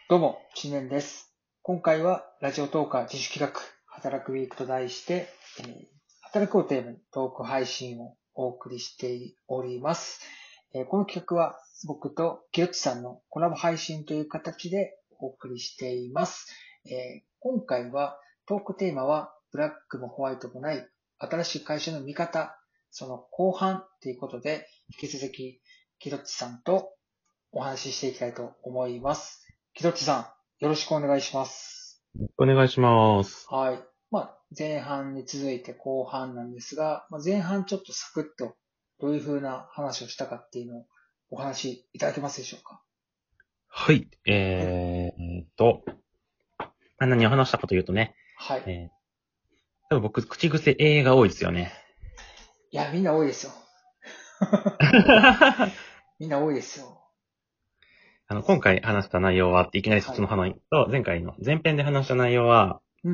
どうも、知念です。今回はラジオトーカー自主企画、働くウィークと題して、働くをテーマにトーク配信をお送りしております。この企画は僕とキロッチさんのコラボ配信という形でお送りしています。今回はトークテーマはブラックもホワイトもない新しい会社の見方、その後半ということで、引き続きキロッチさんとお話ししていきたいと思います。キロッチさん、よろしくお願いします。 お願いします。 はい。前半に続いて後半なんですが、前半ちょっとサクッとどういう風な話をしたかっていうのをお話しいただけますでしょうか。 はい。 はい。 何を話したかというとね、 はい。 多分僕、口癖が多いですよね。 いや、みんな多いですよ。みんな多いですよ。 今回話した内容はっていきなりそっはい。 ちの話と、前回の前編で話した内容は、 うん。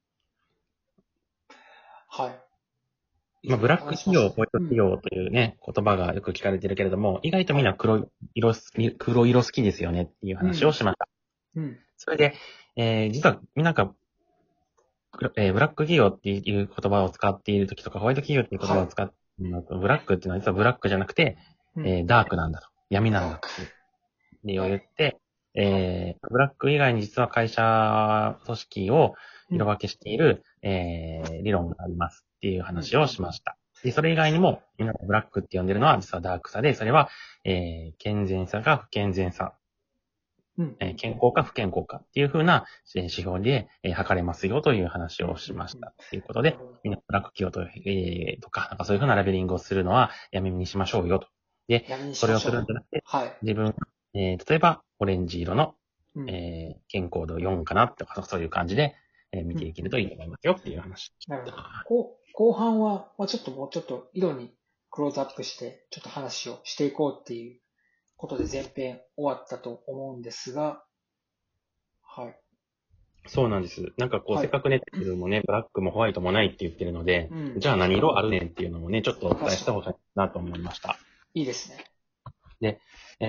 はい。いい、 ブラック企業、 話しましょホワイトう。うん。 企業というね、言葉がよく聞かれてるけれども、意外とみんなはい。 黒色好きですよねっていううん。 話をしました。 うん。 それで、実はみんながブラック企業っていう言葉を使っているときとか、ホワイト企業っていう言はい。 葉を使っているのと、ブラックっていうのは実はブラックじゃなくて、 うん。 ダークなんだと。闇なんだダーク。 っていう理由をはい。 言って、 はい。 ブラック以外に実は会社組織をうん。 色分けしている、理論がありますっていううん。 話をうん。 しました。で、それ以外にも、みんながブラックって呼んでるのは実はダークさで、それは、健全さか不健全さ、 うん。 健康か不健康かっていう風な指標で、測れますよという話うん。うん。 をしましうん。 た。ということで、 なるほど。 みんなブラック企業と、とか、なんかそういう風なラベリングをするのはやめにしましょうよと。で、 闇にしそれをすましょう。 るんじゃなくて、 はい。 自分、例えば、オレンジ色の、 うん。 健康度4かなとか、そういう感じで、見うん。 ていけうん。 るといいと思いますよっていう話。 なるほど。後半は、もうちょっと色にクローズアップして、ちょっと話をしていこうっていうことで前編終わったと思うんですが、はい。 そうなんです。なんかこう、 はい。 せっかくね、テーブルもね、ブラックもホワイトもないって言ってるので、 うん。 じゃあ何色あるねんっていうのもね、ちょっとお伝え確かに。 した方がいいなと思いました。 いいですね。 で、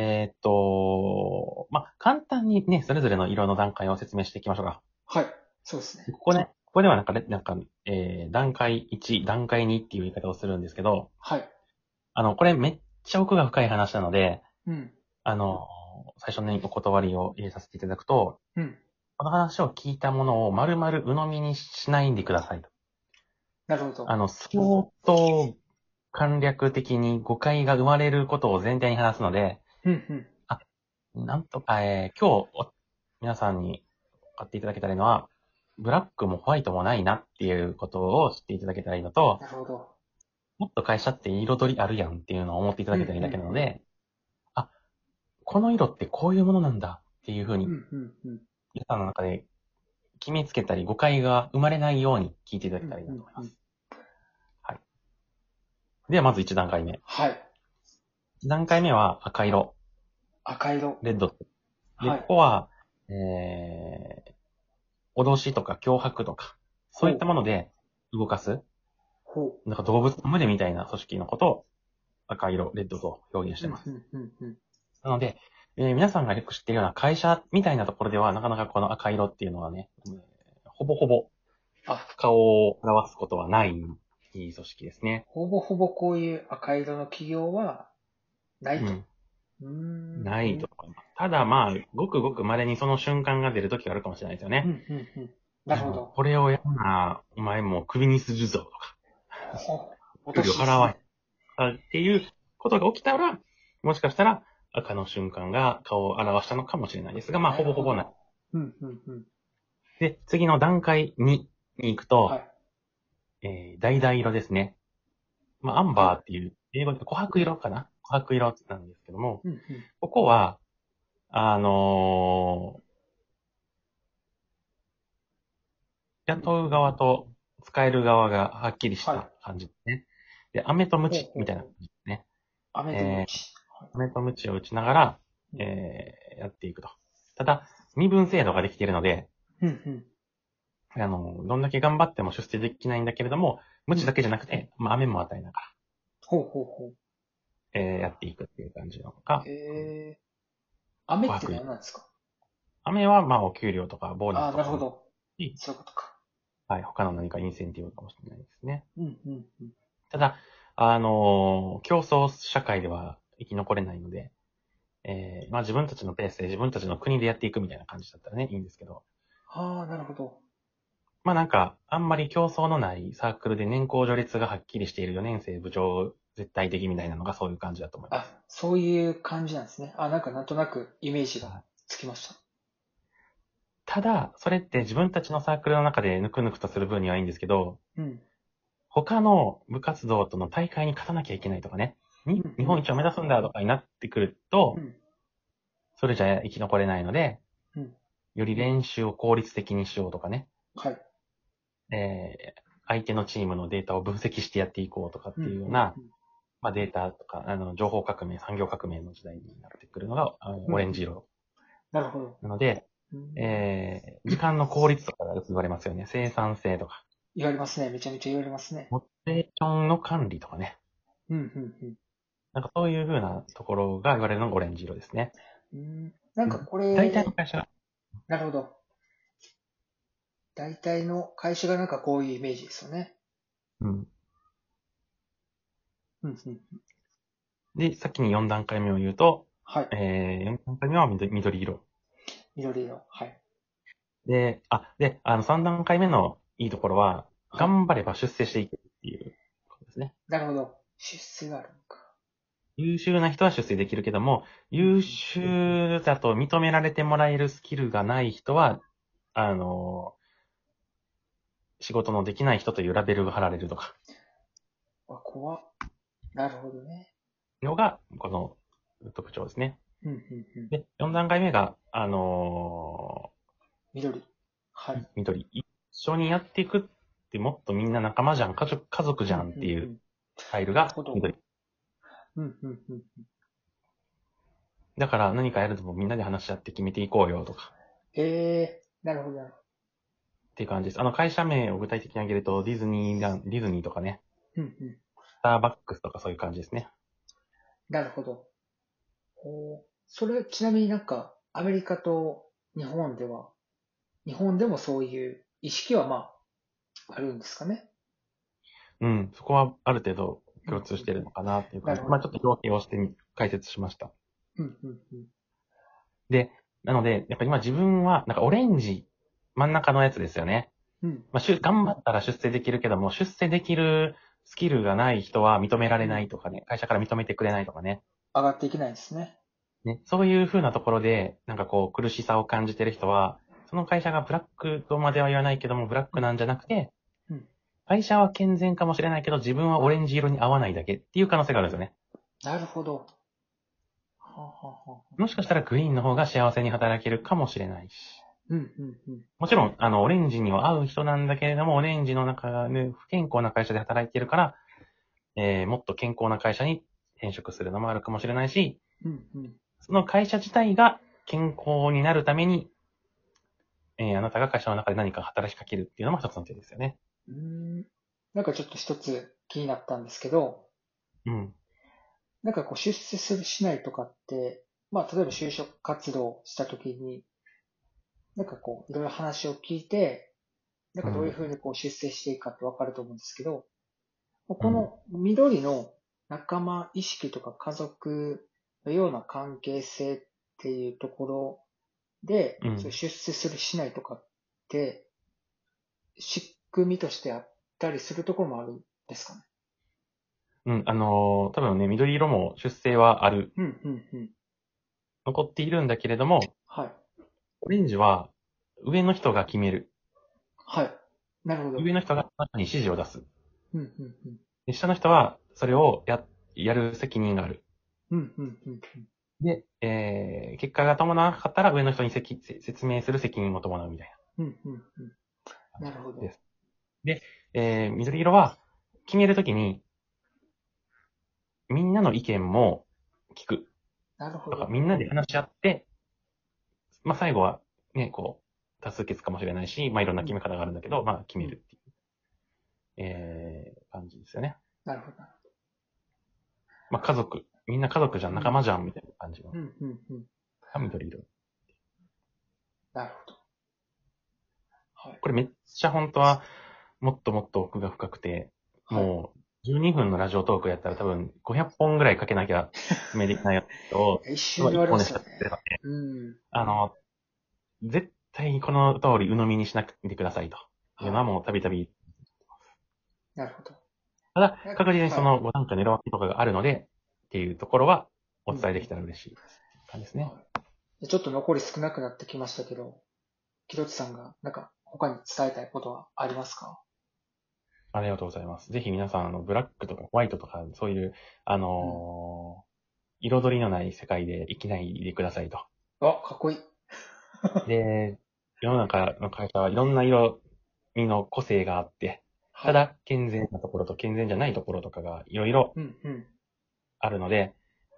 簡単にね、それぞれの色の段階を説明していきましょうか。 はい。そうですね。 ここでは段階1、段階2っていう言い方をするんですけど、 はい。 これめっちゃ奥が深い話なので、 うん。 あの、最初にお断りを入れさせていただくと、 うん。 この話を聞いたものを丸々鵜呑みにしないでくださいと。 なるほど。 相当簡略的に誤解が生まれることを前提に話すので、 うん。うん。 あ、なんとか、今日皆さんに買っていただけたらいいのは、ブラックもホワイトもないなっていうことを知っていただけたらいいのと、 なるほど。 もっと会社って彩りあるやんっていうのを思っていたうん。 だけたらいいだけなのうん。 で、あ、この色ってこういうものなんだっていうふうに、 うん。うん。うん。 皆さんの中で決めつけたり誤解が生まれないように聞いていただうん。 けたらいいうん。うん。 なと思います。はい。ではまず1段階目。 はい。 1段階目は赤色、 赤色。 レッド。で、 はい。 ここは、え脅しとか脅迫とか、そういったほう。 もので動かす、 ほなんか動物の群れみたいな組織のことを赤色、レッドと表現しう。うん。 てます。 うん。うん。うん。 なので、皆さんがよく知っているような会社みたいなところでは、なかなかこの赤色っていうのはね、ほぼほぼあ、 顔を表すことはない組織ですね。 ほぼほぼこういう赤色の企業はないと。 うん。 うーん。 ないと思います。ただまあ、ごくごく稀にその瞬間が出るときがあるかもしれないですよね。 うん。うん。うん。なるほど。 これをやるな、お前もうクビにするぞとか、 お給料年ですね。 払わっていうことが起きたら、もしかしたら赤の瞬間が顔を表したのかもしれないですが、まあなほぼほぼない。 るほど。うん。うん。うん。 で、次の段階2に行くと、 はい。 橙色ですね。アンはい。 バーっていう、英語で琥珀色かな琥珀色なんですけども、 うん。うん。 ここは、あの雇う側と使える側がはっきりしはい。 た感じですね。で、飴とほう鞭みたいな感ほうほう。 じですね。 飴とムえチ。はい。 飴と鞭を打ちながら、 うん。 やっていくと。ただ、身分制度ができているので、 うん。うん。 どんだけ頑張っても出世できないんだけれども、無うん。 知だけじゃなくて、飴も与えながほうほうほう。 ら、やっていくっていう感じなのか、 へえ。飴って琥珀色。 何なんですか？ 雨はまあお給料とかボーナああ、 スとかもなるほど。 いいそういうことか。 はい、他の何かインセンティブかもしれないですね。 うんうんうん。 ただ、競争社会では生き残れないので、まあ自分たちのペースで自分たちの国でやっていくみたいな感じだったらね、いいんですけど、 ああ、なるほど。 まあなんか、あんまり競争のないサークルで年功序列がはっきりしている4年生部長絶対的みたいなのがそういう感じだと思いまあ、 す。 そういう感じなんですね。あ、なんとなくイメージがはい。 つきました。 ただ、それって自分たちのサークルの中でぬくぬくとする分にはいいんですけど、 うん。 他の部活動との大会に勝たなきゃいけないとかね、 うんうん。 日本一を目指すんだとかになってくると、 うん。 それじゃ生き残れないので、 うん。 より練習を効率的にしようとかね、 はい。 相手のチームのデータを分析してやっていこうとかっうん。うん。 ていうような、まあ、データとか、情報革命、産業革命の時代になってくるのが、 うん。 オレンジ色。 なるほど。 なので、 うん。 時間の効率とかがよく言われますよね。生産性とか、 言われますね。めちゃめちゃ言われますね。 モチベーションの管理とかね。 うん。うん。うん。 なんかそういう風なところが言われるのがオレンジ色ですね。 うん。なんかこ大体のれ、 会社が、 なるほど。大体の会社がなんかこういうイメージですよね。 うん。 うん。うん。 で、先に4段階目を言うと、 はい。 4段階目は緑色。 緑色。はい。 で、3段階目のいいところは、 はい。 頑張れば出世していくっていうことですね。 なるほど。出世があるのか。 優秀な人は出世できるけども、 うん。 優秀だと認められてもらえるスキルがない人は、あの、仕事のできない人というラベルが貼られるとか、 あ、怖っ。なるほどね。 のが、この特徴ですね。 うん。うん。うん。 で、4段階目が、 緑。はい。 緑。一緒にやっていくってもっとみんな仲間じゃん、家族じゃうん。うん。 んっていううん。 スタイルがなるほど。 緑。 うん。うん。うん。 だから何かやるともみんなで話し合って決めていこうよとかなるほど、なるほっていう感じです。会社名を具体的に挙げるとディズニーとかね、 ど。うん。うん。 スターバックスとかそういう感じですね。 なるほど。それ、ちなみになんか、アメリカと日本では、日本でもそういう意識はまあ、あるんですかね。 うん、そこはある程度うん。うん。 共通してるのかなっていう感じ。 なるほど。 まあちょっと表記をして解説しました。 うん。うん。うん。 で、なので、やっぱ今自分は、なんかオレンジ真ん中のやつですよね。 うん。 まあ、頑張ったら出世できるけども、出世できるスキルがない人は認められうん。 ないとかね、会社から認めてくれないとかね。 上がっていけないですね。 ね、そういう風なところで、なんかこう苦しさを感じてる人は、その会社がブラックとまでは言わないけども、ブラッうん。 クなんじゃなくて、 うん。 会社は健全かもしれないけど、自分はオレンジ色に合わないだけっていう可能性があるんですよね。 なるほど。はあ、はあはあ、 もしかしたらグリーンの方が幸せに働けるかもしれないし。 うん。うん。うん。 もちろん、オレンジには合う人なんだけれども、オレンジの中がね、不健康な会社で働いてるから、もっと健康な会社に転職するのもあるかもしれないし、 うん。うん。 その会社自体が健康になるために、あなたが会社の中で何か働きかけるっていうのも一つの手ですよね。 うーん。なんかちょっと一つ気になったんですけど、 うん。 なんかこう出世するしないとかって、まあ例えば就職活動したときに、なんかこういろいろ話を聞いて、なんかどういううん。 ふうにこう出世していくかってわかると思うんですけど、 うん。 この緑の仲間意識とか家族のような関係性っていうところで、そううん。 出世するしないとかって、仕組みとしてあったりするところもあるんですかね。 うん。多分ね、緑色も出世はある。 うん、うん、うん。 残っているんだけれども、 はい。 オレンジは上の人が決める。 はい。なるほど。 上の人が中に指示を出す。 うん、うん、うん。 で下の人はそれをやる責任がある。 うん、うん、うん。 で、結果が伴わなかったら上の人に説明する責任も伴うみたいうん、うん、うん。 な感じなるほど。 です。で、緑色は決めるときにみんなの意見も聞く。 なるほど。 とかみんなで話し合って、まあ最後はね、こう、多数決かもしれないし、まあいろんなうん、 決め方があるんだけど、まあ決うん。 めるっていう、感じですよね。 なるほど。 まあ家族、みんな家族じゃん、 うん、 仲間じゃん、みたいな感じの、 うん、うん、うん。 が緑色。 ちゃ本当はもっともっと奥が深くて、もう12分のラジオトークやったら多分500本ぐらいかけなきゃ説明できないことを、 一瞬で終わ 1本でしかりますよね。 作ればね、 うん。 絶対にこの通り鵜呑みにしなくてくださいというのはもうたびたび。 なるほど。 ただ、確実にそはい。 の5段階の色分けとかがあるので、っていうところはお伝えできたら嬉しい感じですね。 ちょっと残り少なくなってきましたけど、キロチさんがなんか他に伝えたいことはありますか？ ありがとうございます。ぜひ皆さん、ブラックとかホワイトとか、そういう、彩りのない世界で生きないでくださいと。 あ、かっこいい。 で、世の中の会社はいろんな色味の個性があって、 はい。 ただ、健全なところと健全じゃないところとかがいろいろうんうん。 あるので、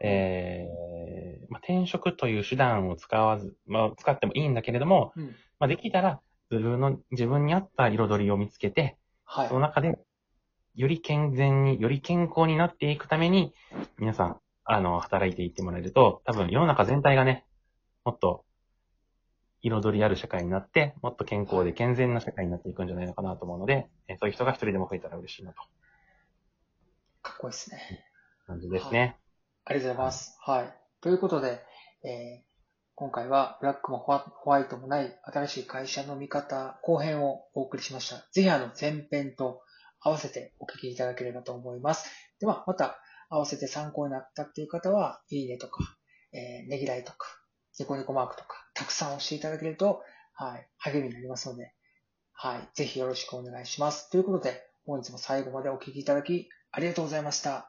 転職という手段を使わず、使ってもいいんだけれども、 うん。 できたら自分に合った彩りを見つけて、 はい。 その中で、より健全に、より健康になっていくために、皆さん、働いていってもらえると、多分世の中全体がね、もっと彩りある社会になって、もっと健康で健全な社会になっていくんじゃないのかなと思うので、そういう人が一人でも増えたら嬉しいなと。 かっこいいですね。 感じですね。 ありがとうございます。はい。ということで、今回はブラックもホワイトもない新しい会社の見方後編をお送りしました。ぜひ前編と合わせてお聞きいただければと思います。では、また合わせて参考になったっていう方は、いいねとか、ねぎらいとか、ニコニコマークとか、たくさん押していただけると、はい、励みになりますので、はい、ぜひよろしくお願いします。ということで、本日も最後までお聞きいただき、ありがとうございました。